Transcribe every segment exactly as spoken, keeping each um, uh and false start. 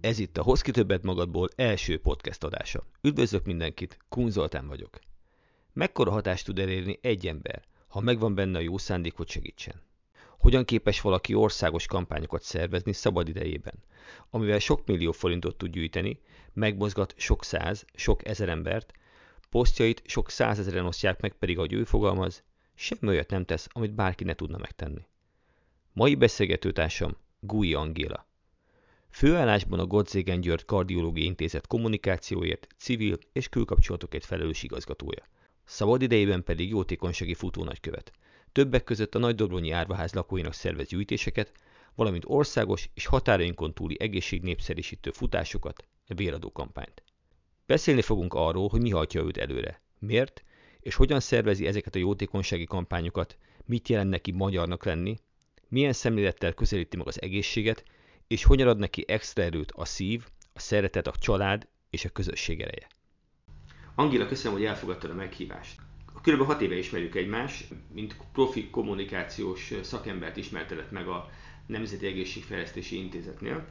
Ez itt a Hozz ki többet magadból első podcast adása. Üdvözlök mindenkit, Kun Zoltán vagyok. Mekkora hatást tud elérni egy ember, ha megvan benne a jó szándék, hogy segítsen? Hogyan képes valaki országos kampányokat szervezni szabad idejében, amivel sok millió forintot tud gyűjteni, megmozgat sok száz, sok ezer embert, posztjait sok százezeren osztják meg, pedig ahogy ő fogalmaz, semmi olyat nem tesz, amit bárki ne tudna megtenni. Mai beszélgetőtársam Guy Angéla. Főállásban a Gottszégen György Kardiológiai Intézet kommunikációért, civil és külkapcsolatokért felelős igazgatója. Szabad idejében pedig jótékonysági futónagykövet. Többek között a Nagydobronnyi Árvaház lakóinak szervez gyűjtéseket, valamint országos és határainkon túli egészségnépszerűsítő futásokat, véradó kampányt. Beszélni fogunk arról, hogy mi hajtja őt előre, miért, és hogyan szervezi ezeket a jótékonysági kampányokat, mit jelent neki magyarnak lenni, milyen szemlélettel közelíti meg az egészséget, és hogyan ad neki extra erőt a szív, a szeretet, a család és a közösség ereje. Angéla, köszönöm, hogy elfogadtad a meghívást. Körülbelül hat éve ismerjük egymást, mint profi kommunikációs szakembert ismertelek meg a Nemzeti Egészségfejlesztési Intézetnél.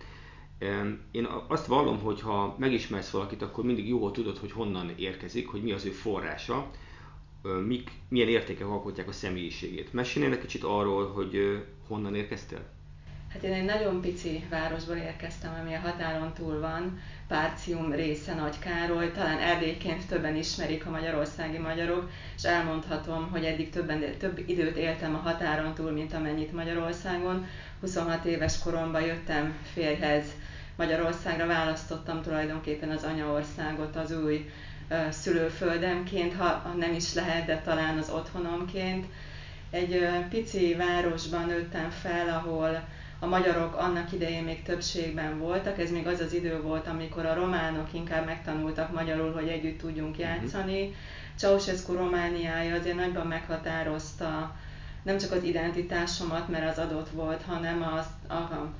Én azt vallom, hogy ha megismersz valakit, akkor mindig jól tudod, hogy honnan érkezik, hogy mi az ő forrása, mik, milyen értékek alkotják a személyiségét. Mesélnél egy kicsit arról, hogy honnan érkeztél? Hát én egy nagyon pici városból érkeztem, ami a határon túl van, Párcium része Nagykároly, talán Erdélyként többen ismerik a magyarországi magyarok, és elmondhatom, hogy eddig többen, több időt éltem a határon túl, mint amennyit Magyarországon. huszonhat éves koromban jöttem férjhez Magyarországra, választottam tulajdonképpen az anyaországot az új uh, szülőföldemként, ha nem is lehet, de talán az otthonomként. Egy uh, pici városban nőttem fel, ahol a magyarok annak idején még többségben voltak, ez még az az idő volt, amikor a románok inkább megtanultak magyarul, hogy együtt tudjunk játszani. Ceausescu Romániája azért nagyban meghatározta nem csak az identitásomat, mert az adott volt, hanem az, a,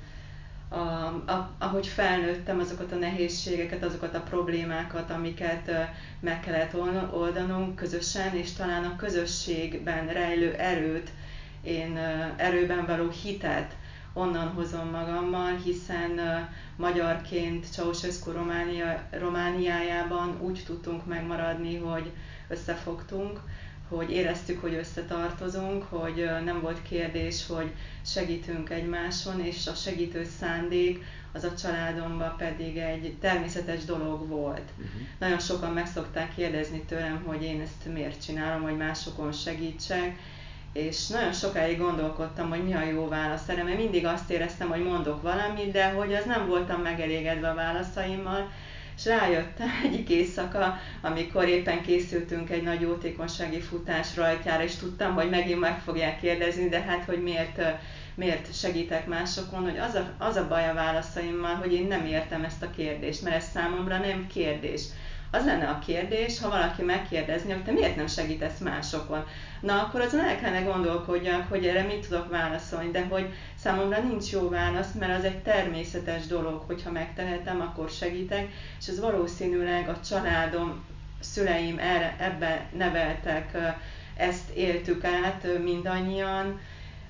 a, a, ahogy felnőttem, azokat a nehézségeket, azokat a problémákat, amiket meg kellett oldanunk közösen, és talán a közösségben rejlő erőt, én erőben való hitet onnan hozom magammal, hiszen uh, magyarként Ceausescu Románia, Romániájában úgy tudtunk megmaradni, hogy összefogtunk, hogy éreztük, hogy összetartozunk, hogy uh, nem volt kérdés, hogy segítünk egymáson, és a segítő szándék az a családomban pedig egy természetes dolog volt. Uh-huh. Nagyon sokan meg szokták kérdezni tőlem, hogy én ezt miért csinálom, hogy másokon segítsek, és nagyon sokáig gondolkodtam, hogy mi a jó válasz erre, mert mindig azt éreztem, hogy mondok valamit, de hogy az nem voltam megelégedve a válaszaimmal, és rájöttem egyik éjszaka, amikor éppen készültünk egy nagy jótékonysági futás rajtjára, és tudtam, hogy megint meg fogják kérdezni, de hát, hogy miért, miért segítek másokon, hogy az a, az a baj a válaszaimmal, hogy én nem értem ezt a kérdést, mert ez számomra nem kérdés. Az lenne a kérdés, ha valaki megkérdezni, hogy te miért nem segítesz másokon. Na, akkor azon el kellene gondolkodjak, hogy erre mit tudok válaszolni, de hogy számomra nincs jó válasz, mert az egy természetes dolog, hogyha megtehetem, akkor segítek, és ez valószínűleg a családom, szüleim erre, ebben neveltek, ezt éltük át mindannyian.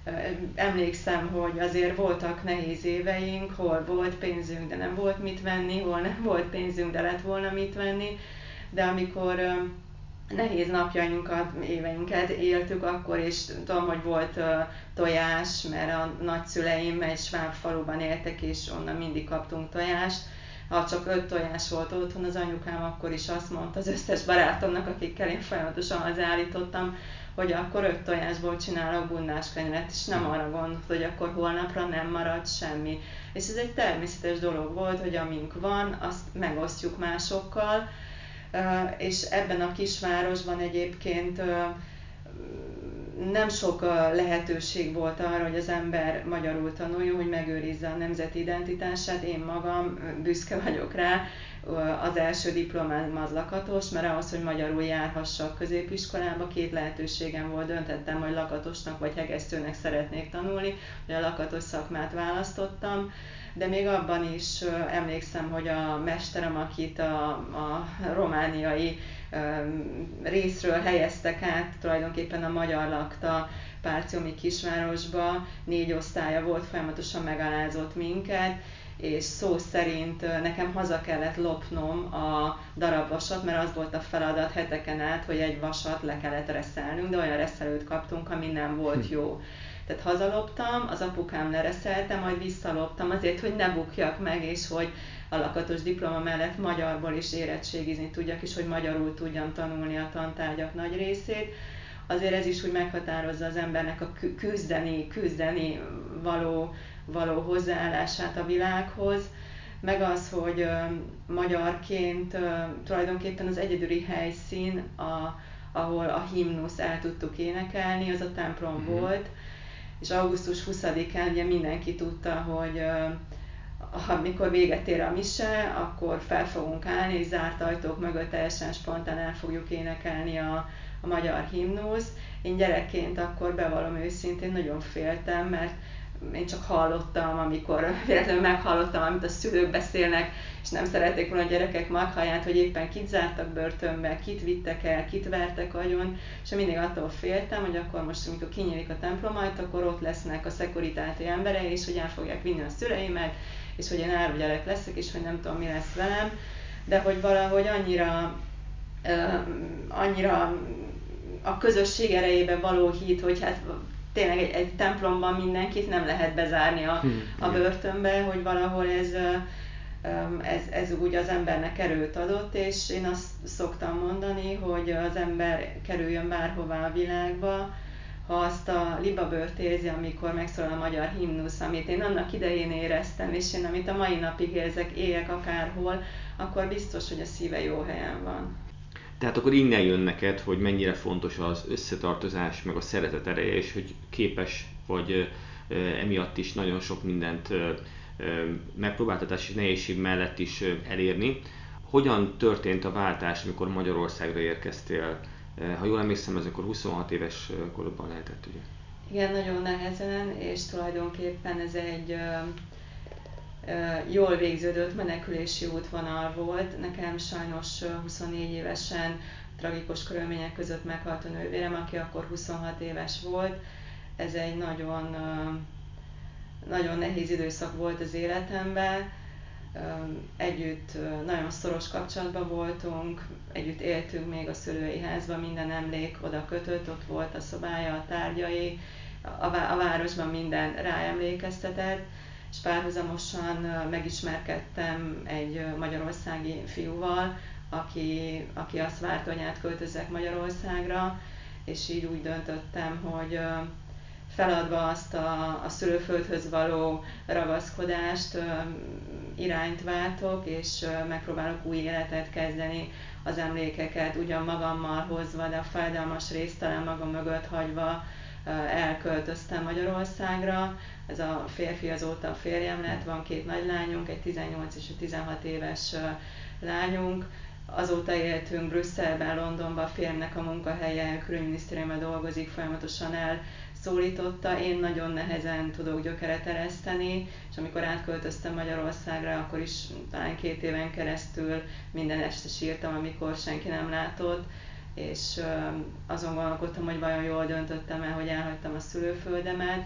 Emlékszem, hogy azért voltak nehéz éveink, hol volt pénzünk, de nem volt mit venni, hol nem volt pénzünk, de lett volna mit venni, de amikor nehéz napjainkat, éveinket éltük, akkor is tudom, hogy volt tojás, mert a nagyszüleim egy sváb faluban éltek, és onnan mindig kaptunk tojást. Ha csak öt tojás volt otthon, az anyukám akkor is azt mondta az összes barátomnak, akikkel én folyamatosan hazaállítottam, hogy akkor öt tojásból csinálok bundás kenyeret, és nem arra gondolt, hogy akkor holnapra nem marad semmi. És ez egy természetes dolog volt, hogy amink van, azt megosztjuk másokkal, és ebben a kisvárosban egyébként nem sok lehetőség volt arra, hogy az ember magyarul tanuljon, hogy megőrizze a nemzeti identitását. Én magam büszke vagyok rá, az első diplomám az lakatos, mert ahhoz, hogy magyarul járhassak középiskolába, két lehetőségem volt, döntettem, hogy lakatosnak vagy hegesztőnek szeretnék tanulni, hogy a lakatos szakmát választottam, de még abban is emlékszem, hogy a mesterem, akit a, a romániai részről helyeztek át, tulajdonképpen a magyar lakta párciumi kisvárosba, négy osztálya volt, folyamatosan megalázott minket, és szó szerint nekem haza kellett lopnom a darabvasat, mert az volt a feladat heteken át, hogy egy vasat le kellett reszelnünk, de olyan reszelőt kaptunk, ami nem volt jó. Tehát hazaloptam, az apukám lereszelte, majd visszaloptam azért, hogy ne bukjak meg, és hogy a lakatos diploma mellett magyarból is érettségizni tudjak, és hogy magyarul tudjam tanulni a tantárgyak nagy részét. Azért ez is úgy meghatározza az embernek a küzdeni, küzdeni való, való hozzáállását a világhoz, meg az, hogy magyarként tulajdonképpen az egyedüli helyszín, a, ahol a himnusz el tudtuk énekelni, az a templom mm-hmm. volt, és augusztus huszadikán ugye mindenki tudta, hogy amikor véget ér a mise, akkor fel fogunk állni, és zárt ajtók mögött teljesen spontán el fogjuk énekelni a, a magyar himnusz. Én gyerekként akkor bevallom őszintén nagyon féltem, mert én csak hallottam, amikor véletlenül meghallottam, amit a szülők beszélnek, és nem szerették volna a gyerekek meghallják, hogy éppen kit zártak börtönbe, kit vittek el, kit vertek agyon, és mindig attól féltem, hogy akkor most, amikor kinyílik a templomajt, akkor ott lesznek a szekuritáti emberei, és hogy el fogják vinni a szüleimet, és hogy én árugyerek leszek, és hogy nem tudom, mi lesz velem, de hogy valahogy annyira, uh, annyira a közösség erejében való hit, hogy hát tényleg egy, egy templomban mindenkit nem lehet bezárni a, a börtönbe, hogy valahol ez, ez, ez úgy az embernek erőt adott, és én azt szoktam mondani, hogy az ember kerüljön bárhová a világba, ha azt a libabőrt érzi, amikor megszólal a magyar himnusz, amit én annak idején éreztem, és én amit a mai napig érzek, éljek akárhol, akkor biztos, hogy a szíve jó helyen van. Tehát akkor innen jön neked, hogy mennyire fontos az összetartozás, meg a szeretet ereje, és hogy képes vagy emiatt is nagyon sok mindent megpróbáltatás és nehézség mellett is elérni. Hogyan történt a váltás, amikor Magyarországra érkeztél? Ha jól emlékszem, ez akkor huszonhat éves korodban lehetett, ugye? Igen, nagyon nehezen, és tulajdonképpen ez egy jól végződött menekülési útvonal volt. Nekem sajnos huszonnégy évesen tragikus körülmények között meghalt a nővérem, aki akkor huszonhat éves volt. Ez egy nagyon, nagyon nehéz időszak volt az életemben. Együtt nagyon szoros kapcsolatban voltunk, együtt éltünk még a szülői házban, minden emlék oda kötött, ott volt a szobája, a tárgyai, a városban minden ráemlékeztetett, és párhuzamosan megismerkedtem egy magyarországi fiúval, aki, aki azt várta, hogy átköltözzek Magyarországra, és így úgy döntöttem, hogy feladva azt a, a szülőföldhöz való ragaszkodást, irányt váltok, és megpróbálok új életet kezdeni, az emlékeket ugyan magammal hozva, de a fájdalmas részt talán magam mögött hagyva elköltöztem Magyarországra. Ez a férfi azóta a férjem lett, van két nagylányunk, egy tizennyolc és egy tizenhat éves lányunk. Azóta éltünk Brüsszelben, Londonban, a férjemnek a munkahelye, a külügyminisztériumban dolgozik, folyamatosan elszólította. Én nagyon nehezen tudok gyökeret ereszteni, és amikor átköltöztem Magyarországra, akkor is talán két éven keresztül minden este sírtam, amikor senki nem látott, és azon gondolkodtam, hogy vajon jól döntöttem el, hogy elhagytam a szülőföldemet.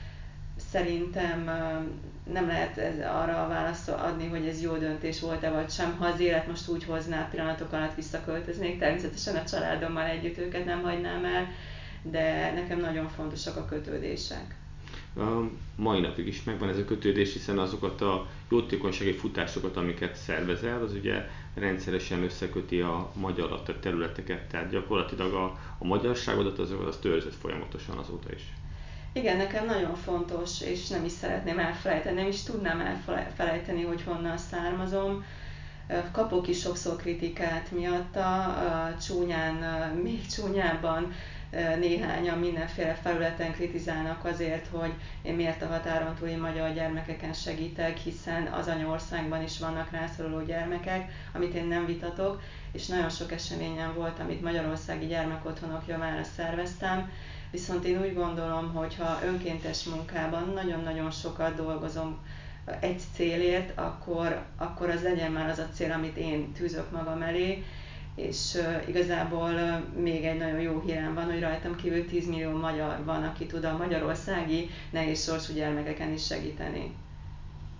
Szerintem nem lehet arra a választ adni, hogy ez jó döntés volt-e vagy sem. Ha az élet most úgy hozná, pillanatok alatt visszaköltöznék, természetesen a családommal együtt őket nem hagynám el, de nekem nagyon fontosak a kötődések. A mai napig is megvan ez a kötődés, hiszen azokat a jótékonysági futásokat, amiket szervezel, az ugye rendszeresen összeköti a magyar területeket, tehát gyakorlatilag a, a magyarságodat, azokat azt őrzed folyamatosan azóta is. Igen, nekem nagyon fontos, és nem is szeretném elfelejteni, nem is tudnám elfelejteni, hogy honnan származom. Kapok is sokszor kritikát miatta, csúnyán, még csúnyában néhányan mindenféle felületen kritizálnak azért, hogy én miért a határon túli magyar gyermekeken segítek, hiszen az anyaországban is vannak rászoruló gyermekek, amit én nem vitatok, és nagyon sok eseményen volt, amit magyarországi gyermekotthonok javára szerveztem, viszont én úgy gondolom, hogy ha önkéntes munkában nagyon-nagyon sokat dolgozom egy célért, akkor, akkor az legyen már az a cél, amit én tűzök magam elé, és uh, igazából uh, még egy nagyon jó hírem van, hogy rajtam kívül tíz millió magyar van, aki tud a magyarországi nehéz sorsú gyermekeken is segíteni.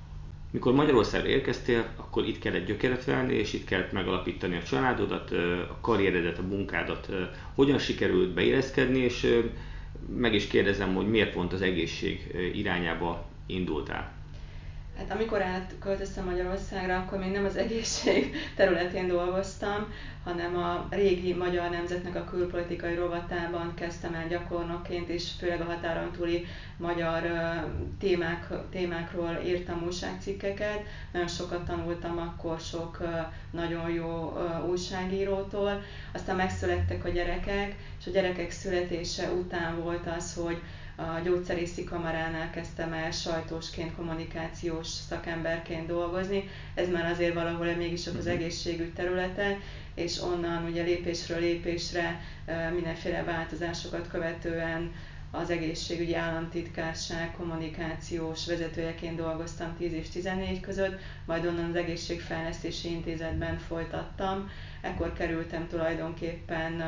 Mikor Magyarországra érkeztél, akkor itt kellett gyökeret venni, és itt kellett megalapítani a családodat, a karrieredet, a munkádat. Hogyan sikerült beilleszkedni, és meg is kérdezem, hogy miért pont az egészség irányába indultál? Hát amikor átköltöztem Magyarországra, akkor még nem az egészség területén dolgoztam, hanem a régi Magyar Nemzetnek a külpolitikai rovatában kezdtem el gyakornokként, és főleg a határon túli magyar témák, témákról írtam újságcikkeket. Nagyon sokat tanultam akkor sok nagyon jó újságírótól. Aztán megszülettek a gyerekek, és a gyerekek születése után volt az, hogy a gyógyszerészi kamaránál kezdtem el sajtósként, kommunikációs szakemberként dolgozni. Ez már azért valahol mégis az egészségügy területe, és onnan ugye lépésről lépésre mindenféle változásokat követően az egészségügyi államtitkárság kommunikációs vezetőjeként dolgoztam tíz és tizennégy között, majd onnan az Egészségfejlesztési Intézetben folytattam. Ekkor kerültem tulajdonképpen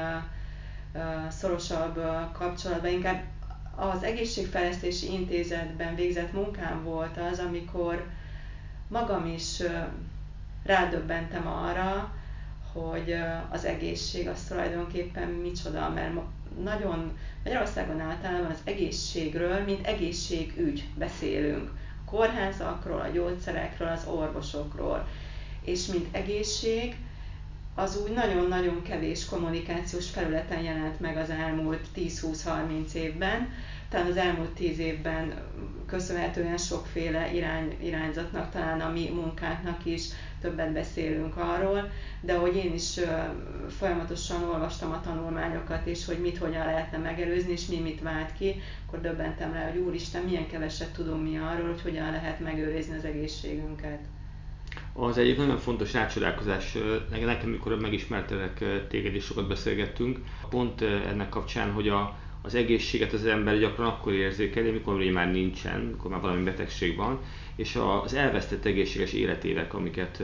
szorosabb kapcsolatba, inkább az Egészségfejlesztési Intézetben végzett munkám volt az, amikor magam is rádöbbentem arra, hogy az egészség az tulajdonképpen micsoda, mert nagyon Magyarországon általában az egészségről, mint egészségügy beszélünk. A kórházakról, a gyógyszerekről, az orvosokról. És mint egészség, az úgy nagyon-nagyon kevés kommunikációs felületen jelent meg az elmúlt tíz-húsz-harminc évben. Talán az elmúlt tíz évben köszönhetően sokféle irány, irányzatnak, talán a mi munkánknak is többet beszélünk arról, de hogy én is folyamatosan olvastam a tanulmányokat, és hogy mit, hogyan lehetne megelőzni, és mi mit vált ki, akkor döbbentem rá, hogy úristen, milyen keveset tudunk mi arról, hogy hogyan lehet megőrizni az egészségünket. Az egyik nagyon fontos rácsodálkozás, nekem, mikor megismertelek téged és sokat beszélgettünk, pont ennek kapcsán, hogy a, az egészséget az ember gyakran akkor érzékeli, amikor ugye már nincsen, amikor már valami betegség van, és az elvesztett egészséges életévek, amiket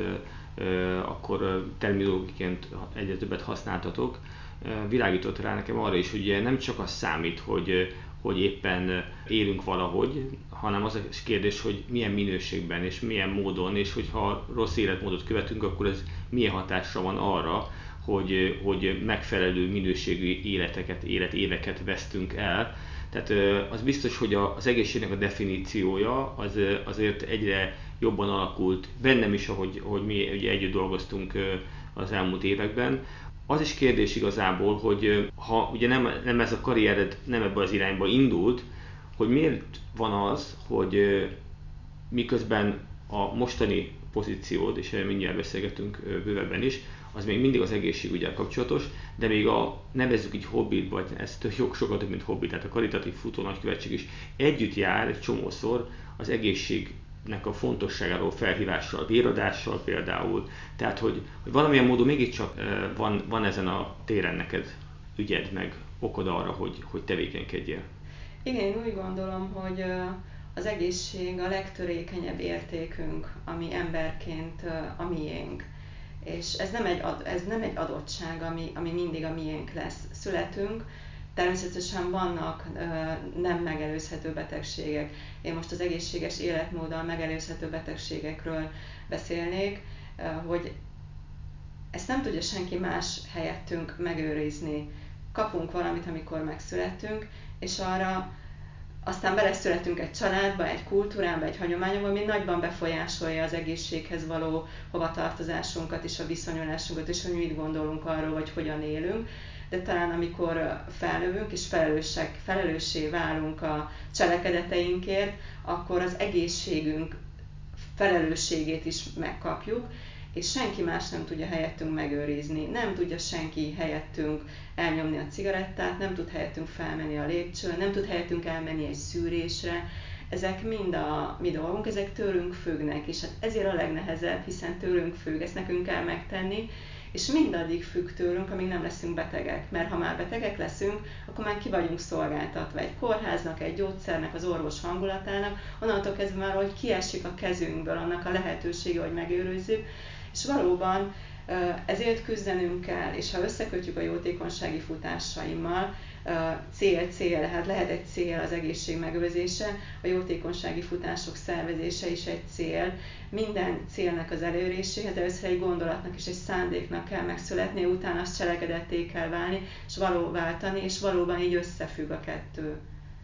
akkor terminológiként egyre többet használtatok, világított rá nekem arra is, hogy nem csak az számít, hogy hogy éppen élünk valahogy, hanem az a kérdés, hogy milyen minőségben és milyen módon, és hogyha rossz életmódot követünk, akkor ez milyen hatással van arra, hogy, hogy megfelelő minőségű életeket, életéveket vesztünk el. Tehát az biztos, hogy az egészségnek a definíciója az, azért egyre jobban alakult, bennem is, ahogy, hogy mi ugye együtt dolgoztunk az elmúlt években. Az is kérdés igazából, hogy ha ugye nem, nem ez a karriered nem ebbe az irányba indult, hogy miért van az, hogy miközben a mostani pozíciód, és mindjárt beszélgetünk bővebben is, az még mindig az egészségügyel kapcsolatos, de még a nevezzük így hobbit, vagy ez tök sokat több, mint hobbi, tehát a karitatív futó nagykövetség is együtt jár egy csomószor az egészség nek a fontosságáról felhívással, véradással például. Tehát, hogy, hogy valamilyen módon mégiscsak van, van ezen a téren neked ügyed, meg okod arra, hogy, hogy tevékenykedjél. Igen, én úgy gondolom, hogy az egészség a legtörékenyebb értékünk, ami emberként a miénk. És ez nem egy, ez nem egy adottság, ami, ami mindig a miénk lesz. Születünk, természetesen vannak ö, nem megelőzhető betegségek. Én most az egészséges életmóddal megelőzhető betegségekről beszélnék, ö, hogy ezt nem tudja senki más helyettünk megőrizni. Kapunk valamit, amikor megszületünk, és arra aztán beleszületünk egy családba, egy kultúrába, egy hagyományba, ami nagyban befolyásolja az egészséghez való hovatartozásunkat és a viszonyulásunkat, és hogy mit gondolunk arról, hogy hogyan élünk. De talán amikor felnövünk és felelőssé válunk a cselekedeteinkért, akkor az egészségünk felelősségét is megkapjuk, és senki más nem tudja helyettünk megőrizni. Nem tudja senki helyettünk elnyomni a cigarettát, nem tud helyettünk felmenni a lépcsőn, nem tud helyettünk elmenni egy szűrésre. Ezek mind a mi dolgunk, ezek tőlünk függnek, és hát ezért a legnehezebb, hiszen tőlünk függ, ezt nekünk kell megtenni, és mindaddig függ tőlünk, amíg nem leszünk betegek. Mert ha már betegek leszünk, akkor már ki vagyunk szolgáltatva egy kórháznak, egy gyógyszernek, az orvos hangulatának, onnantól kezdve már, hogy kiesik a kezünkből annak a lehetősége, hogy megőrizzük. És valóban ezért küzdenünk kell, és ha összekötjük a jótékonysági futásaimmal, cél, cél, hát lehet egy cél az egészség megőrzése, a jótékonysági futások szervezése is egy cél. Minden célnak az eléréséhez először egy gondolatnak és egy szándéknak kell megszületni, utána azt cselekedetté kell válni, és valóvá tenni, és valóban így összefügg a kettő.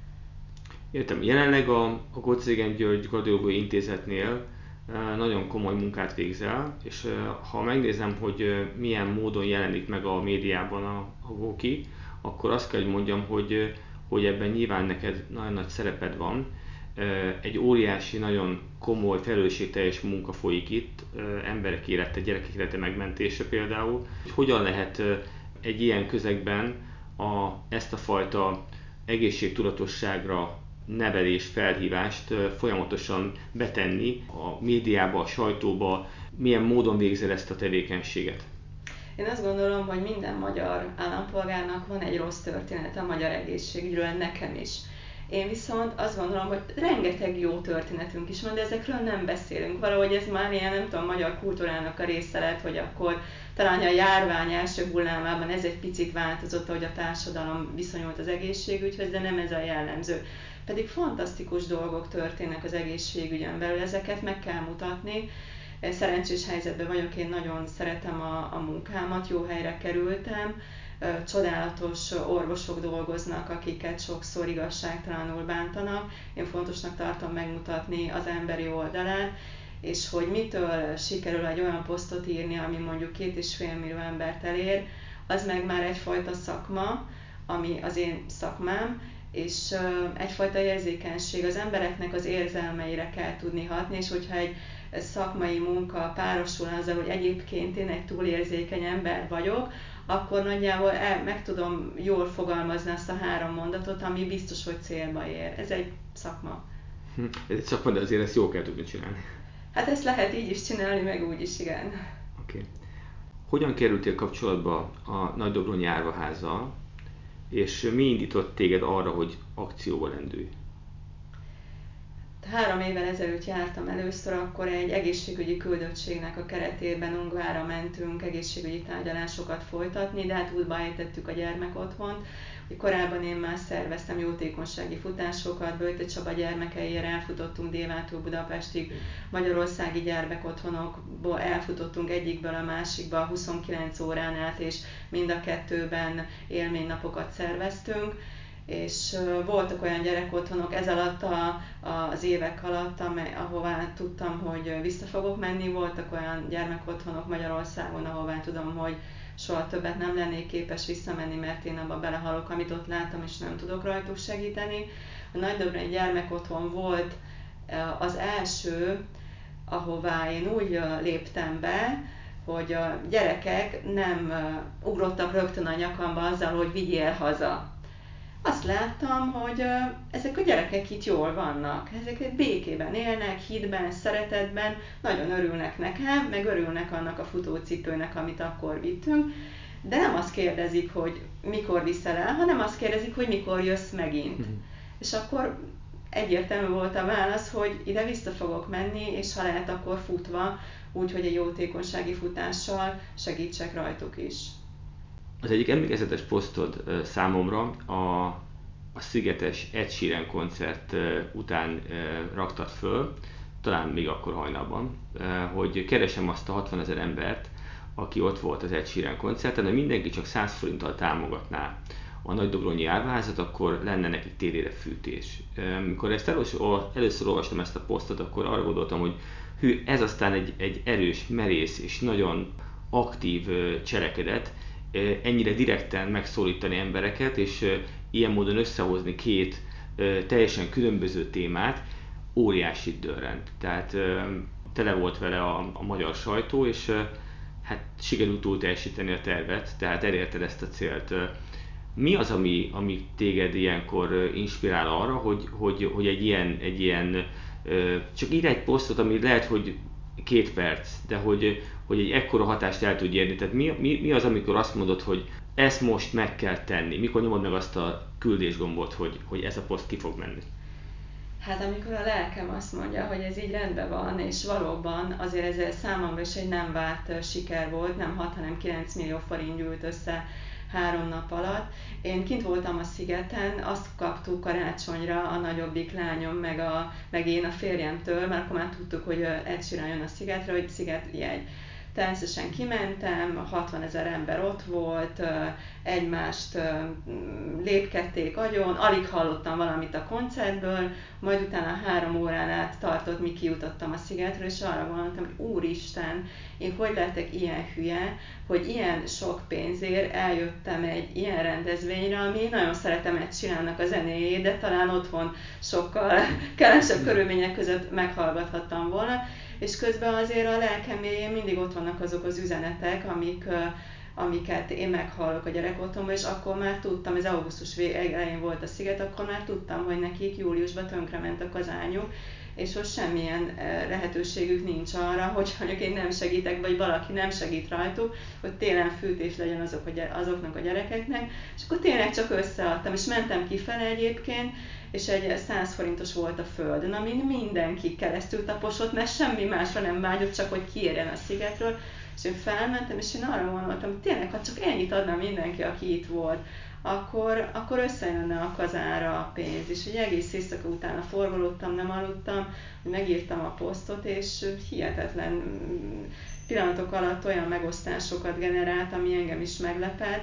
Értem. Jelenleg a, a Gotz-Égén György Kardiológiai Intézetnél nagyon komoly munkát végzel, és ha megnézem, hogy milyen módon jelenik meg a médiában a, a Góki, akkor azt kell, hogy mondjam, hogy, hogy ebben nyilván neked nagyon nagy szereped van. Egy óriási, nagyon komoly, felelősségteljes munka folyik itt, emberek élete, gyerekek élete megmentése például. Hogyan lehet egy ilyen közegben a, ezt a fajta egészségtudatosságra nevelés, felhívást folyamatosan betenni a médiába, a sajtóba, milyen módon végzel ezt a tevékenységet? Én azt gondolom, hogy minden magyar állampolgárnak van egy rossz története a magyar egészségügyről, nekem is. Én viszont azt gondolom, hogy rengeteg jó történetünk is van, de ezekről nem beszélünk. Valahogy ez már ilyen, nem tudom, magyar kultúrának a része lett, hogy akkor talán a járvány első hullámában ez egy picit változott, hogy a társadalom viszonyult az egészségügyhöz, de nem ez a jellemző. Pedig fantasztikus dolgok történnek az egészségügyen belül, ezeket meg kell mutatni. Szerencsés helyzetben vagyok, én nagyon szeretem a, a munkámat, jó helyre kerültem, csodálatos orvosok dolgoznak, akiket sokszor igazságtalanul bántanak. Én fontosnak tartom megmutatni az emberi oldalát, és hogy mitől sikerül egy olyan posztot írni, ami mondjuk két és fél millió embert elér, az meg már egyfajta szakma, ami az én szakmám, és egyfajta érzékenység, az embereknek az érzelmeire kell tudni hatni, és hogyha egy szakmai munka párosul azzal, hogy egyébként én egy túlérzékeny ember vagyok, akkor nagyjából el, meg tudom jól fogalmazni azt a három mondatot, ami biztos, hogy célba ér. Ez egy szakma. Ez egy szakma, de azért ezt jól kell tudni csinálni. Hát ezt lehet így is csinálni, meg úgy is, igen. Oké. Okay. Hogyan kerültél kapcsolatba a Nagydobroni Árvaházzal, és mi indított téged arra, hogy akcióba lendülj? Három évvel ezelőtt jártam először, akkor egy egészségügyi küldöttségnek a keretében Ungvárra mentünk egészségügyi tárgyalásokat folytatni, de hát útba ejtettük a gyermekotthont. Korábban én már szerveztem jótékonysági futásokat, Böjte Csaba gyermekeire elfutottunk Dévától Budapestig, magyarországi gyermekotthonokból elfutottunk egyikből a másikba huszonkilenc órán át, és mind a kettőben élménynapokat szerveztünk. És voltak olyan gyerekotthonok ez alatt a, az évek alatt, amely, ahová tudtam, hogy vissza fogok menni, voltak olyan gyermekotthonok Magyarországon, ahová tudom, hogy soha többet nem lennék képes visszamenni, mert én abba belehalok, amit ott láttam, és nem tudok rajtuk segíteni. A Nagydobroni gyermekotthon volt az első, ahová én úgy léptem be, hogy a gyerekek nem ugrottak rögtön a nyakamba azzal, hogy vigyél haza. Azt láttam, hogy ezek a gyerekek itt jól vannak, ezek békében élnek, hitben, szeretetben, nagyon örülnek nekem, meg örülnek annak a futócipőnek, amit akkor vittünk, de nem azt kérdezik, hogy mikor viszel el, hanem azt kérdezik, hogy mikor jössz megint. Mm. És akkor egyértelmű volt a válasz, hogy ide vissza fogok menni, és ha lehet, akkor futva, úgyhogy egy jótékonysági futással segítsek rajtuk is. Az egyik emlékezetes posztod számomra a, a Szigetes Ed Sheeran koncert után raktad föl, talán még akkor hajnalban, hogy keresem azt a hatvanezer embert, aki ott volt az Ed Sheeran koncerten, de mindenki csak száz forinttal támogatná a Nagydobroni Árvaházat, akkor lenne nekik télére fűtés. Amikor ezt először, először olvastam ezt a posztot, akkor arra gondoltam, hogy hű, ez aztán egy, egy erős, merész és nagyon aktív cselekedet, ennyire direkten megszólítani embereket, és ilyen módon összehozni két teljesen különböző témát, óriási dörrent. Tehát tele volt vele a, a magyar sajtó, és hát sikerült túl teljesíteni a tervet, tehát elérted ezt a célt. Mi az, ami, ami téged ilyenkor inspirál arra, hogy, hogy, hogy egy ilyen, egy ilyen csak írj egy posztot, ami lehet, hogy két perc, de hogy, hogy egy ekkora hatást el tudj érni. Tehát mi, mi, mi az, amikor azt mondod, hogy ezt most meg kell tenni? Mikor nyomod meg azt a küldésgombot, hogy, hogy ez a poszt ki fog menni? Hát amikor a lelkem azt mondja, hogy ez így rendben van, és valóban azért ez számomra is egy nem várt siker volt, nem hat, hanem kilenc millió forint gyűlt össze három nap alatt. Én kint voltam a szigeten, azt kaptuk karácsonyra a nagyobbik lányom, meg, a, meg én a férjemtől, mert akkor már tudtuk, hogy Ed Sheeran jön a szigetre, hogy szigetjegy. Természetesen kimentem, hatvanezer ember ott volt, egymást lépkedték agyon, alig hallottam valamit a koncertből, majd utána három órán át tartott, míg kijutottam a szigetről, és arra gondoltam, hogy úristen, én hogy lehetek ilyen hülye, hogy ilyen sok pénzért eljöttem egy ilyen rendezvényre, ami nagyon szeretem Ed Sheerannak a zenéjét, de talán otthon sokkal kellemesebb körülmények között meghallgathattam volna, és közben azért a lelkem mélyén mindig ott vannak azok az üzenetek, amik, amiket én meghallok a gyerekotthonban, és akkor már tudtam, ez augusztus elején volt a sziget, akkor már tudtam, hogy nekik júliusban tönkrement a kazányuk, és hogy semmilyen lehetőségük nincs arra, hogy mondjuk én nem segítek, vagy valaki nem segít rajtuk, hogy télen fűtés legyen azok a gyere, azoknak a gyerekeknek, és akkor tényleg csak összeadtam, és mentem kifele egyébként, és egy száz forintos volt a földön, amin mindenki keresztül taposott, mert semmi másra nem vágyott, csak hogy kiérjen a szigetről, és én felmentem, és én arra gondoltam, hogy tényleg, ha csak ennyit adna mindenki, aki itt volt, akkor, akkor összejönne a kazára a pénz. És egy egész éjszaka utána forgolódtam, nem aludtam, megírtam a posztot, és hihetetlen pillanatok alatt olyan megosztásokat generált, ami engem is meglepett,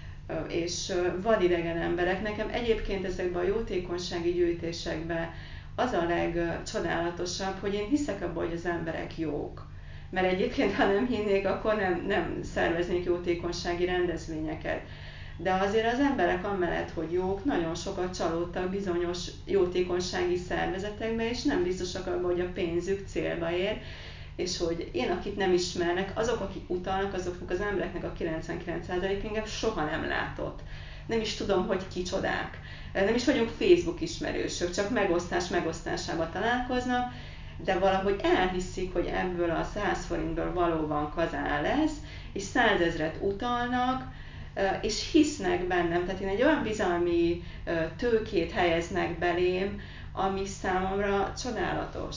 és vadidegen emberek. Nekem egyébként ezekben a jótékonysági gyűjtésekben az a legcsodálatosabb, hogy én hiszek abban, hogy az emberek jók. Mert egyébként, ha nem hinnék, akkor nem, nem szerveznék jótékonysági rendezvényeket. De azért az emberek amellett, hogy jók, nagyon sokat csalódtak bizonyos jótékonysági szervezetekbe, és nem biztosak abban, hogy a pénzük célba ér, és hogy én, akit nem ismernek, azok, akik utalnak, azoknak az embereknek a kilencvenkilenc százalék engem soha nem látott. Nem is tudom, hogy kicsodák. Nem is vagyunk Facebook ismerősök, csak megosztás megosztásában találkoznak, de valahogy elhiszik, hogy ebből a száz forintból valóban kazán lesz, és százezret utalnak, és hisznek bennem. Tehát én egy olyan bizalmi tőkét helyeznek belém, ami számomra csodálatos.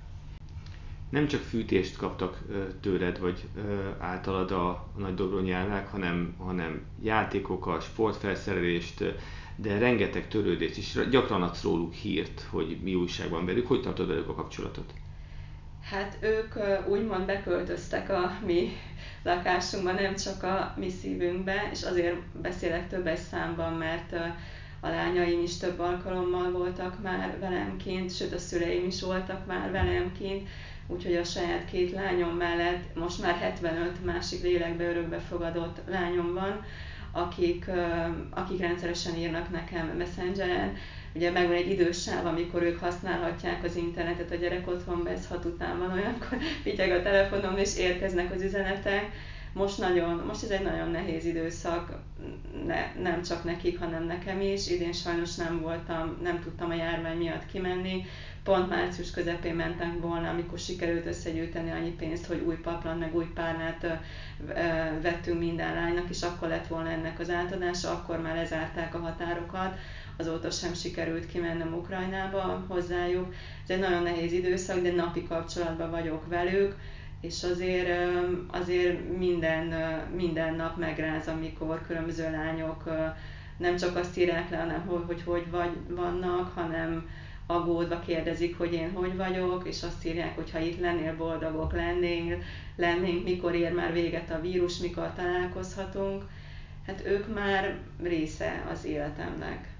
Nem csak fűtést kaptak tőled, vagy általad a Nagy Dobronyi Árvák, hanem, hanem játékokat, sportfelszerelést, de rengeteg törődést is. Gyakran adsz róluk hírt, hogy mi újságban velük. Hogy tartod velük a kapcsolatot? Hát ők úgymond beköltöztek a mi lakásunkba, nem csak a mi szívünkbe, és azért beszélek többes számban, mert a lányaim is több alkalommal voltak már velem kint, sőt a szüleim is voltak már velem kint, úgyhogy a saját két lányom mellett most már hetvenöt másik lélekbe örökbe fogadott lányom van, akik, akik rendszeresen írnak nekem Messengeren. Ugye megvan egy idősáv, amikor ők használhatják az internetet a gyerekotthonban, ez hat után van, olyankor fityeg a telefonom és érkeznek az üzenetek. Most, nagyon, most ez egy nagyon nehéz időszak, ne, nem csak nekik, hanem nekem is. Idén sajnos nem voltam, nem tudtam a járvány miatt kimenni. Pont március közepén mentem volna, amikor sikerült összegyűjteni annyi pénzt, hogy új paplan, meg új párnát ö, ö, vettünk minden lánynak, és akkor lett volna ennek az átadása, akkor már lezárták a határokat. Azóta sem sikerült kimennem Ukrajnába hozzájuk. Ez egy nagyon nehéz időszak, de napi kapcsolatban vagyok velük, és azért, azért minden, minden nap megráz, amikor különböző lányok nem csak azt írják le, hanem hogy hogy, hogy vagy, vannak, hanem aggódva kérdezik, hogy én hogy vagyok, és azt írják, hogy ha itt lennél, boldogok lennénk, lennénk, mikor ér már véget a vírus, mikor találkozhatunk. Hát ők már része az életemnek.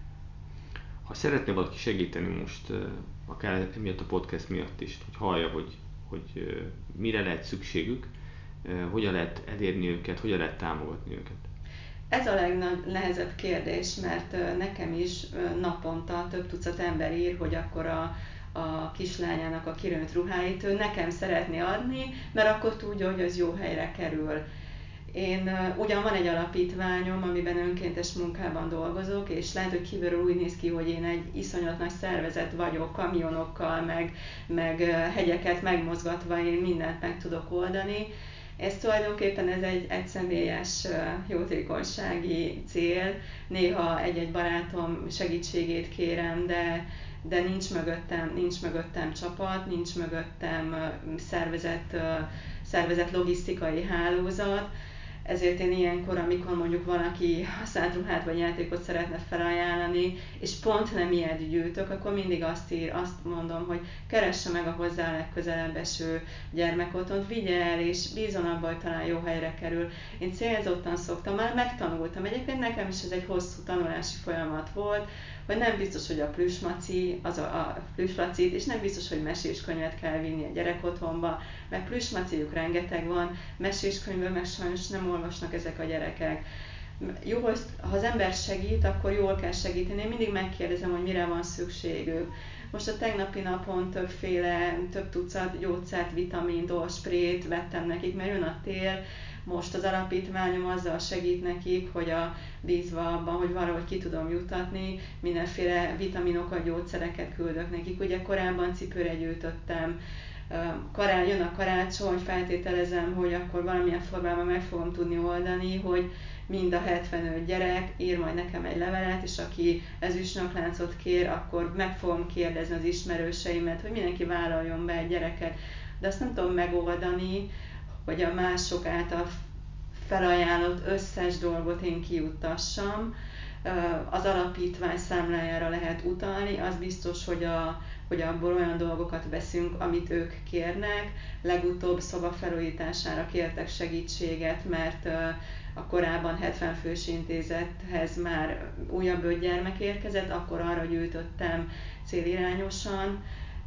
Ha szeretné valaki segíteni most, akár miatt a podcast miatt is, hogy hallja, hogy, hogy mire lehet szükségük, hogyan lehet elérni őket, hogyan lehet támogatni őket? Ez a legnehezebb kérdés, mert nekem is naponta több tucat ember ír, hogy akkor a, a kislányának a kirönt ruháit ő nekem szeretné adni, mert akkor tudja, hogy az jó helyre kerül. Én ugyan van egy alapítványom, amiben önkéntes munkában dolgozok, és lehet, hogy kívülről úgy néz ki, hogy én egy iszonyat nagy szervezet vagyok, kamionokkal, meg, meg hegyeket megmozgatva én mindent meg tudok oldani. Ez tulajdonképpen ez egy egyszemélyes jótékonysági cél. Néha egy-egy barátom segítségét kérem, de, de nincs mögöttem, nincs mögöttem csapat, nincs mögöttem szervezett, szervezett logisztikai hálózat. ezért én ilyenkor, amikor mondjuk valaki használt ruhát vagy játékot szeretne felajánlani, és pont nem ilyet gyűjtök, akkor mindig azt ír, azt mondom, hogy keresse meg a hozzá legközelebb eső gyermekotthont, vigye el, és bízom abban, hogy talán jó helyre kerül. Én célzottan szoktam, már megtanultam. Egyébként nekem is ez egy hosszú tanulási folyamat volt, hogy nem biztos, hogy a plüsmaci, az a, a plüslacit, és nem biztos, hogy meséskönyvet kell vinni a gyerekotthonba, mert plüsmaciuk rengeteg van, meséskönyvből meg sajnos nem olvasnak ezek a gyerekek. Jó, ha az ember segít, akkor jól kell segíteni. Én mindig megkérdezem, hogy mire van szükségük. Most a tegnapi napon többféle, több tucat gyógyszert, vitamint, olsprét vettem nekik, mert jön a tél. Most az alapítványom azzal segít nekik, hogy a bízva abban, hogy valahogy ki tudom jutatni, mindenféle vitaminokat, gyógyszereket küldök nekik. Ugye korábban cipőre gyűjtöttem, Kará, jön a karácsony, feltételezem, hogy akkor valamilyen formában meg fogom tudni oldani, hogy mind a hetvenöt gyerek ír majd nekem egy levelet, és aki ezüstnyakláncot kér, akkor meg fogom kérdezni az ismerőseimet, hogy mindenki vállaljon be egy gyereket. De azt nem tudom megoldani, hogy a mások által felajánlott összes dolgot én kijuttassam. Az alapítvány számlájára lehet utalni, az biztos, hogy, a, hogy abból olyan dolgokat veszünk, amit ők kérnek. Legutóbb szoba felújítására kértek segítséget, mert a korábban hetven fős intézethez már újabb öt gyermek érkezett, akkor arra gyűjtöttem célirányosan,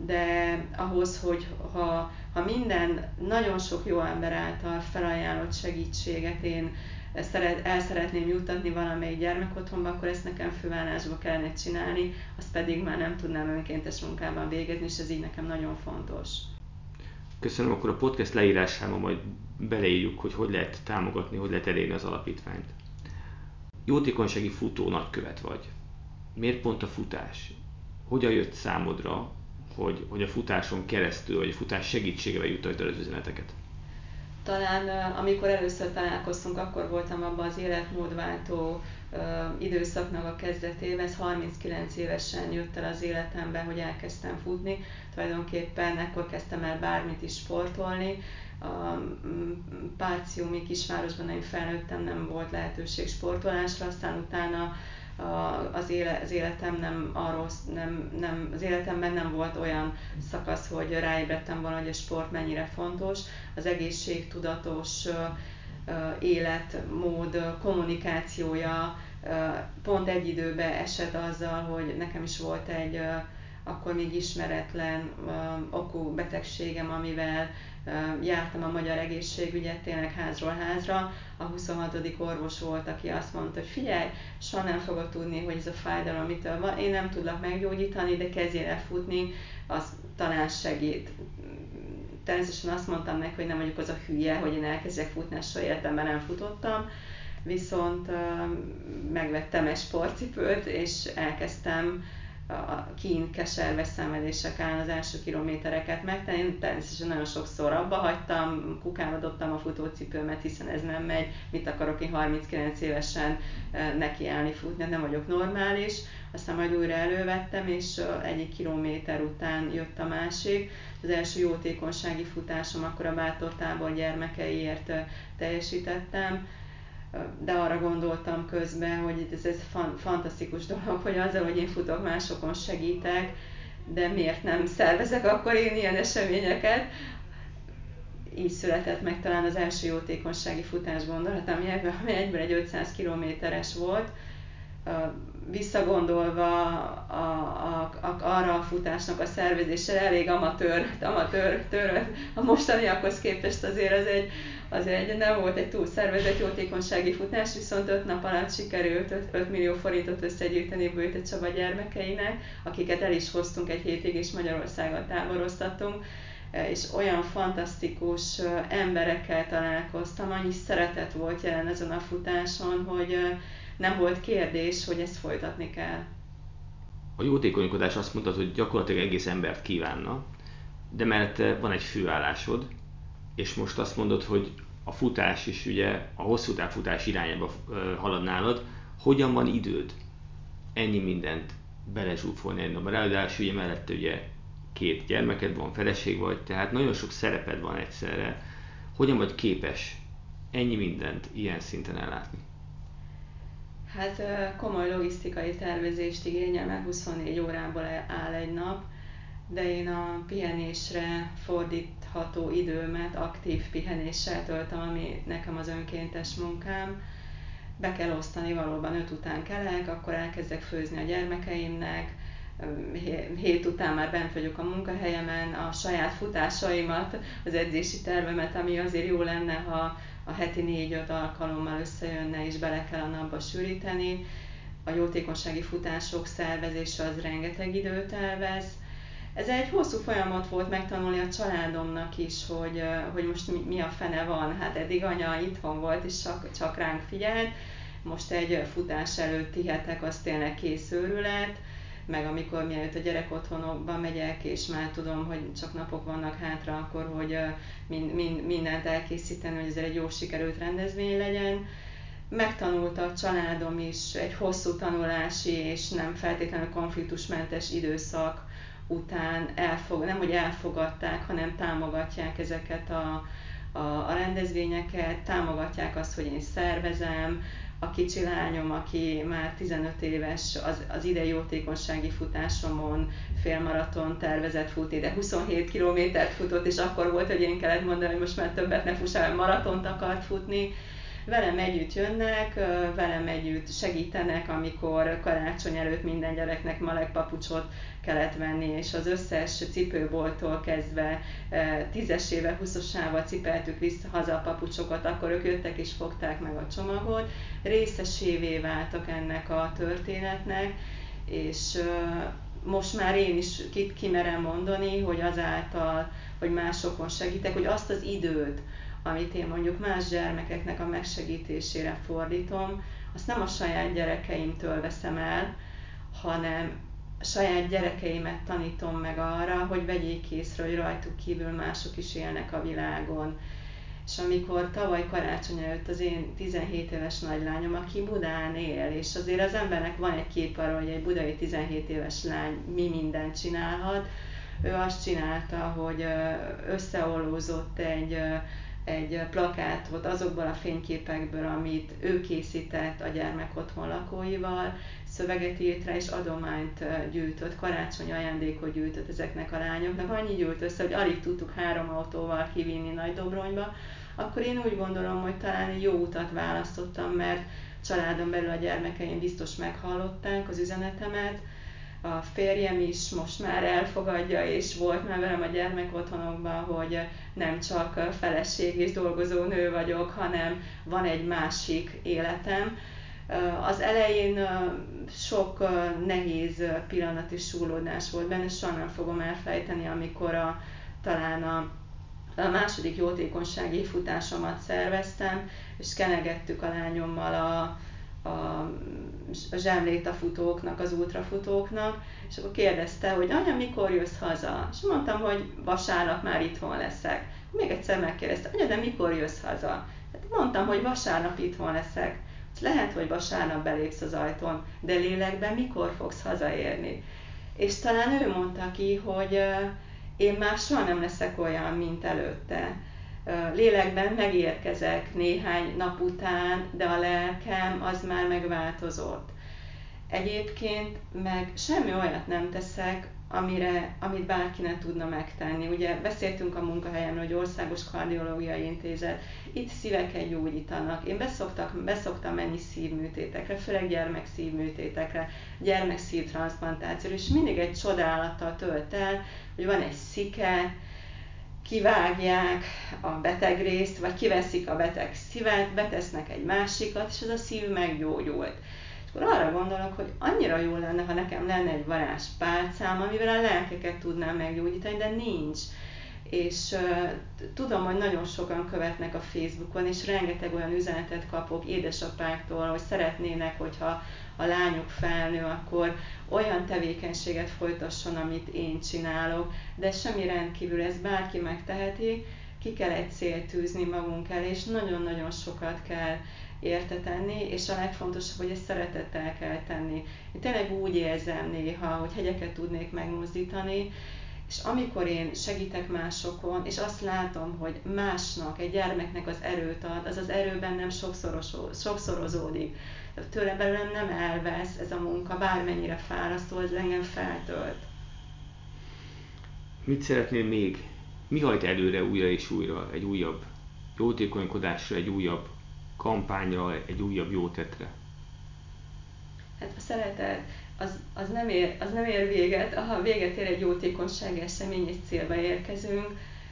de ahhoz, hogy ha, ha minden nagyon sok jó ember által felajánlott segítséget én szeret, el szeretném juttatni valamelyik gyermekotthonba, akkor ezt nekem főállásba kellene csinálni, azt pedig már nem tudnám önkéntes munkában végezni, és ez így nekem nagyon fontos. Köszönöm, akkor a podcast leírásában majd beleírjuk, hogy hogy lehet támogatni, hogy lehet elérni az alapítványt. Jótékonysági futó nagykövet vagy. Miért pont a futás? Hogyan jött számodra, hogy, hogy a futáson keresztül, vagy a futás segítségével juttatod az üzeneteket? Talán amikor először találkoztunk, akkor voltam abban az életmódváltó uh, időszaknak a kezdetében, ez harminckilenc évesen jött el az életembe, hogy elkezdtem futni. Tulajdonképpen ekkor kezdtem el bármit is sportolni. A Páciumi kisvárosban én felnőttem, nem volt lehetőség sportolásra, aztán utána az, éle, az életem nem arról, nem, nem, az életemben nem volt olyan szakasz, hogy ráébredtem volna, hogy a sport mennyire fontos. Az egészségtudatos életmód, kommunikációja pont egy időbe esett azzal, hogy nekem is volt egy akkor még ismeretlen okú betegségem, amivel jártam a magyar egészségügyet tényleg házról házra. A huszonhatodik orvos volt, aki azt mondta, hogy figyelj, soha nem fogod tudni, hogy ez a fájdalom mitől van. Én nem tudlak meggyógyítani, de kezdjél el futni, az talán segít. Természetesen azt mondtam neki, hogy nem vagyok az a hülye, hogy én elkezdjek futni, soha életemben nem futottam. Viszont megvettem egy sportcipőt, és elkezdtem a kín, keserves szenvedések ellen az első kilométereket megtenni. Én természetesen nagyon sokszor abba hagytam, kukába dobtam a futócipőmet, hiszen ez nem megy, mit akarok én harminckilenc évesen nekiállni futni, nem vagyok normális. Aztán majd újra elővettem, és egyik kilométer után jött a másik. Az első jótékonysági futásom akkor a Bátortábor gyermekeiért teljesítettem, de arra gondoltam közben, hogy ez egy fantasztikus dolog, hogy azzal, hogy én futok, másokon segítek, de miért nem szervezek akkor én ilyen eseményeket. Így született meg talán az első jótékonysági futás gondolat, ami egyből egy ötszáz kilométeres volt. Visszagondolva a, a, a, arra a futásnak a szervezéssel elég amatőr, amatőr tör, a mostaniakhoz képest azért az egy, azért egy, nem volt egy túl szervezett jótékonysági futás, viszont öt nap alatt sikerült öt millió forintot összegyűjteni Bőte Csaba gyermekeinek, akiket el is hoztunk egy hétig, és Magyarországon táboroztattunk, és olyan fantasztikus emberekkel találkoztam, annyi szeretet volt jelen ezen a futáson, hogy nem volt kérdés, hogy ezt folytatni kell. A jótékonykodás azt mondtad, hogy gyakorlatilag egész embert kívánna, de mellette van egy főállásod, és most azt mondod, hogy a futás is ugye a hosszú távfutás irányába halad nálad. Hogyan van időd ennyi mindent belezsúfolni egy napban? Ráadásul ugye mellette ugye két gyermeked van, feleség vagy, tehát nagyon sok szereped van egyszerre. Hogyan vagy képes ennyi mindent ilyen szinten ellátni? Hát komoly logisztikai tervezést igényel, mert huszonnégy órából áll egy nap, de én a pihenésre fordítható időmet aktív pihenéssel töltöm, ami nekem az önkéntes munkám. Be kell osztani, valóban öt után kelek, akkor elkezdek főzni a gyermekeimnek, hét után már bent vagyok a munkahelyemen, a saját futásaimat, az edzési tervemet, ami azért jó lenne, ha a heti négy-öt alkalommal összejönne és bele kell a napba sűríteni. A jótékonysági futások szervezése az rengeteg időt elvesz. Ez egy hosszú folyamat volt megtanulni a családomnak is, hogy, hogy most mi, mi a fene van. Hát eddig anya itthon volt és csak, csak ránk figyelt, most egy futás előtti hetek az tényleg kész őrület, meg amikor mielőtt a gyerek otthonokba megyek, és már tudom, hogy csak napok vannak hátra, akkor hogy mind, mind, mindent elkészíteni, hogy ez egy jó sikerült rendezvény legyen. Megtanulta a családom is egy hosszú tanulási és nem feltétlenül konfliktusmentes időszak után elfog, nem hogy elfogadták, hanem támogatják ezeket a, a, a rendezvényeket, támogatják azt, hogy én szervezem. A kicsi lányom, aki már tizenöt éves, az, az idei jótékonysági futásomon félmaraton tervezett futni, de huszonhét kilométert futott, és akkor volt, hogy én kellett mondani, hogy most már többet ne fussál, maratont akart futni. Velem együtt jönnek, velem együtt segítenek, amikor karácsony előtt minden gyereknek meleg papucsot kellett venni, és az összes cipőbolttól kezdve tízesével, huszasával cipeltük vissza haza a papucsokat, akkor ők jöttek és fogták meg a csomagot. Részesévé váltak ennek a történetnek, és most már én is kimerem mondani, hogy azáltal, hogy másokon segítek, hogy azt az időt, amit én mondjuk más gyermekeknek a megsegítésére fordítom, azt nem a saját gyerekeimtől veszem el, hanem a saját gyerekeimet tanítom meg arra, hogy vegyék észre, hogy rajtuk kívül mások is élnek a világon. És amikor tavaly karácsony előtt az én tizenhét éves nagylányom, aki Budán él, és azért az embernek van egy kép arról, hogy egy budai tizenhét éves lány mi mindent csinálhat, ő azt csinálta, hogy összeollózott egy egy plakátot azokból a fényképekből, amit ő készített a gyermek otthon lakóival, szöveget írt rá és adományt gyűjtött, karácsonyi ajándékot gyűjtött ezeknek a lányoknak. Annyi gyűlt össze, hogy alig tudtuk három autóval kivinni Nagydobronyba. Akkor én úgy gondolom, hogy talán egy jó utat választottam, mert családon belül a gyermekeim biztos meghallották az üzenetemet, a férjem is most már elfogadja, és volt már velem a gyermekotthonokban, hogy nem csak feleség és dolgozó nő vagyok, hanem van egy másik életem. Az elején sok nehéz pillanat és súrlódás volt benne, soha nem fogom elfelejteni, amikor a, talán a, a második jótékonysági futásomat szerveztem, és kenegettük a lányommal a a zsámlétafutóknak, az ultrafutóknak, és akkor kérdezte, hogy anya, mikor jössz haza? És mondtam, hogy vasárnap már itthon leszek. Még egyszer megkérdezte, anya, de mikor jössz haza? Hát mondtam, hogy vasárnap itthon leszek. Lehet, hogy vasárnap belépsz az ajtón, de lélekben mikor fogsz hazaérni? És talán ő mondta ki, hogy én már soha nem leszek olyan, mint előtte. Lélekben megérkezek néhány nap után, de a lelkem az már megváltozott. Egyébként meg semmi olyat nem teszek, amire, amit bárki ne tudna megtenni. Ugye beszéltünk a munkahelyemről, hogy Országos Kardiológiai Intézet, itt szíveket gyógyítanak. Én beszoktak, beszoktam menni szívműtétekre, főleg gyermekszívműtétekre, gyermekszívtranszplantációra, és mindig egy csodálattal tölt el, hogy van egy szike, kivágják a beteg részt, vagy kiveszik a beteg szívet, betesznek egy másikat, és ez a szív meggyógyult. És akkor arra gondolok, hogy annyira jó lenne, ha nekem lenne egy varázspálcám, amivel a lelkeket tudnám meggyógyítani, de nincs. És uh, tudom, hogy nagyon sokan követnek a Facebookon, és rengeteg olyan üzenetet kapok édesapáktól, hogy szeretnének, hogyha a lányuk felnő, akkor olyan tevékenységet folytasson, amit én csinálok, de semmi rendkívül, ez bárki megteheti, ki kell egy célt tűzni magunk elé, és nagyon-nagyon sokat kell érte tenni, és a legfontosabb, hogy ezt szeretettel kell tenni. Én tényleg úgy érzem néha, hogy hegyeket tudnék megmozdítani, És amikor én segítek másokon, és azt látom, hogy másnak, egy gyermeknek az erőt ad, az az erő bennem sokszorozódik. Tőle belőlem nem elvesz ez a munka, bármennyire fárasztó, ez engem feltölt. Mit szeretnél még? Mi hajt előre újra és újra? Egy újabb jótékonykodásra, egy újabb kampányra, egy újabb jótetre? Hát a szeretet az, az, nem ér, az nem ér véget, ha véget ér egy jótékonysági esemény, egy célba érkezünk,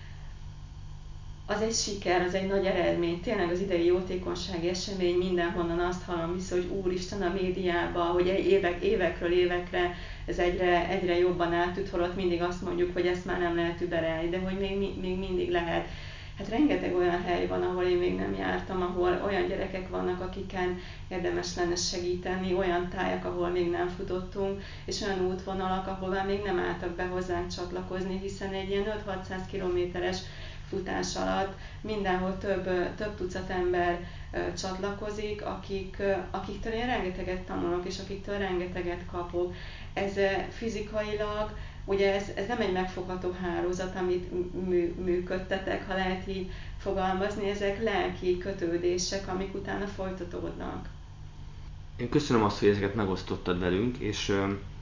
az egy siker, az egy nagy eredmény. Tényleg az idei jótékonysági esemény, mindenhonnan azt hallom vissza, hogy úristen a médiában, hogy évek, évekről évekre ez egyre, egyre jobban átüt, holott mindig azt mondjuk, hogy ezt már nem lehet überelni, de hogy még, még mindig lehet. Hát rengeteg olyan hely van, ahol én még nem jártam, ahol olyan gyerekek vannak, akiken érdemes lenne segíteni, olyan tájak, ahol még nem futottunk, és olyan útvonalak, ahol már még nem álltak be hozzánk csatlakozni, hiszen egy ilyen öt-hatszáz kilométeres futás alatt mindenhol több, több tucat ember csatlakozik, akik, akiktől én rengeteget tanulok, és akiktől rengeteget kapok. Ez fizikailag, ugye ez, ez nem egy megfogható hálózat, amit mű, működtetek, ha lehet így fogalmazni, ezek lelki kötődések, amik utána folytatódnak. Én köszönöm azt, hogy ezeket megosztottad velünk, és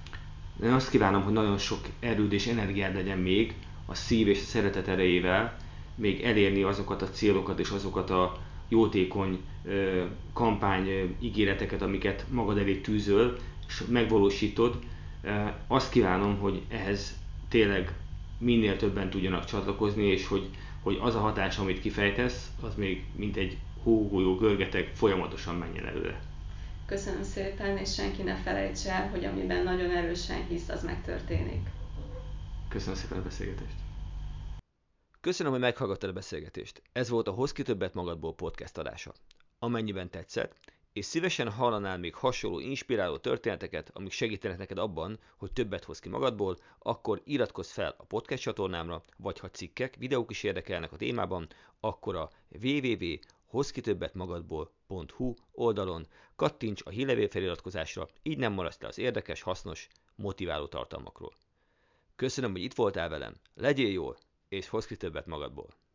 én azt kívánom, hogy nagyon sok erőd és energiád legyen még a szív és a szeretet erejével, még elérni azokat a célokat és azokat a jótékony kampány ígéreteket, amiket magad elé tűzöl, és megvalósítod. Azt kívánom, hogy ehhez tényleg minél többen tudjanak csatlakozni, és hogy, hogy az a hatás, amit kifejtesz, az még mint egy hógolyó görgeteg folyamatosan menjen előre. Köszönöm szépen, és senki ne felejtse el, hogy amiben nagyon erősen hisz, az megtörténik. Köszönöm szépen a beszélgetést. Köszönöm, hogy meghallgattad a beszélgetést. Ez volt a Hozz ki többet magadból podcast adása. Amennyiben tetszett, és szívesen hallanál még hasonló inspiráló történeteket, amik segítenek neked abban, hogy többet hozz ki magadból, akkor iratkozz fel a podcast csatornámra, vagy ha cikkek, videók is érdekelnek a témában, akkor a double-u double-u double-u pont hozz ki többet magadból pont hu oldalon kattints a hírlevél feliratkozásra, így nem maradsz le az érdekes, hasznos, motiváló tartalmakról. Köszönöm, hogy itt voltál velem, legyél jól, és hozz ki többet magadból!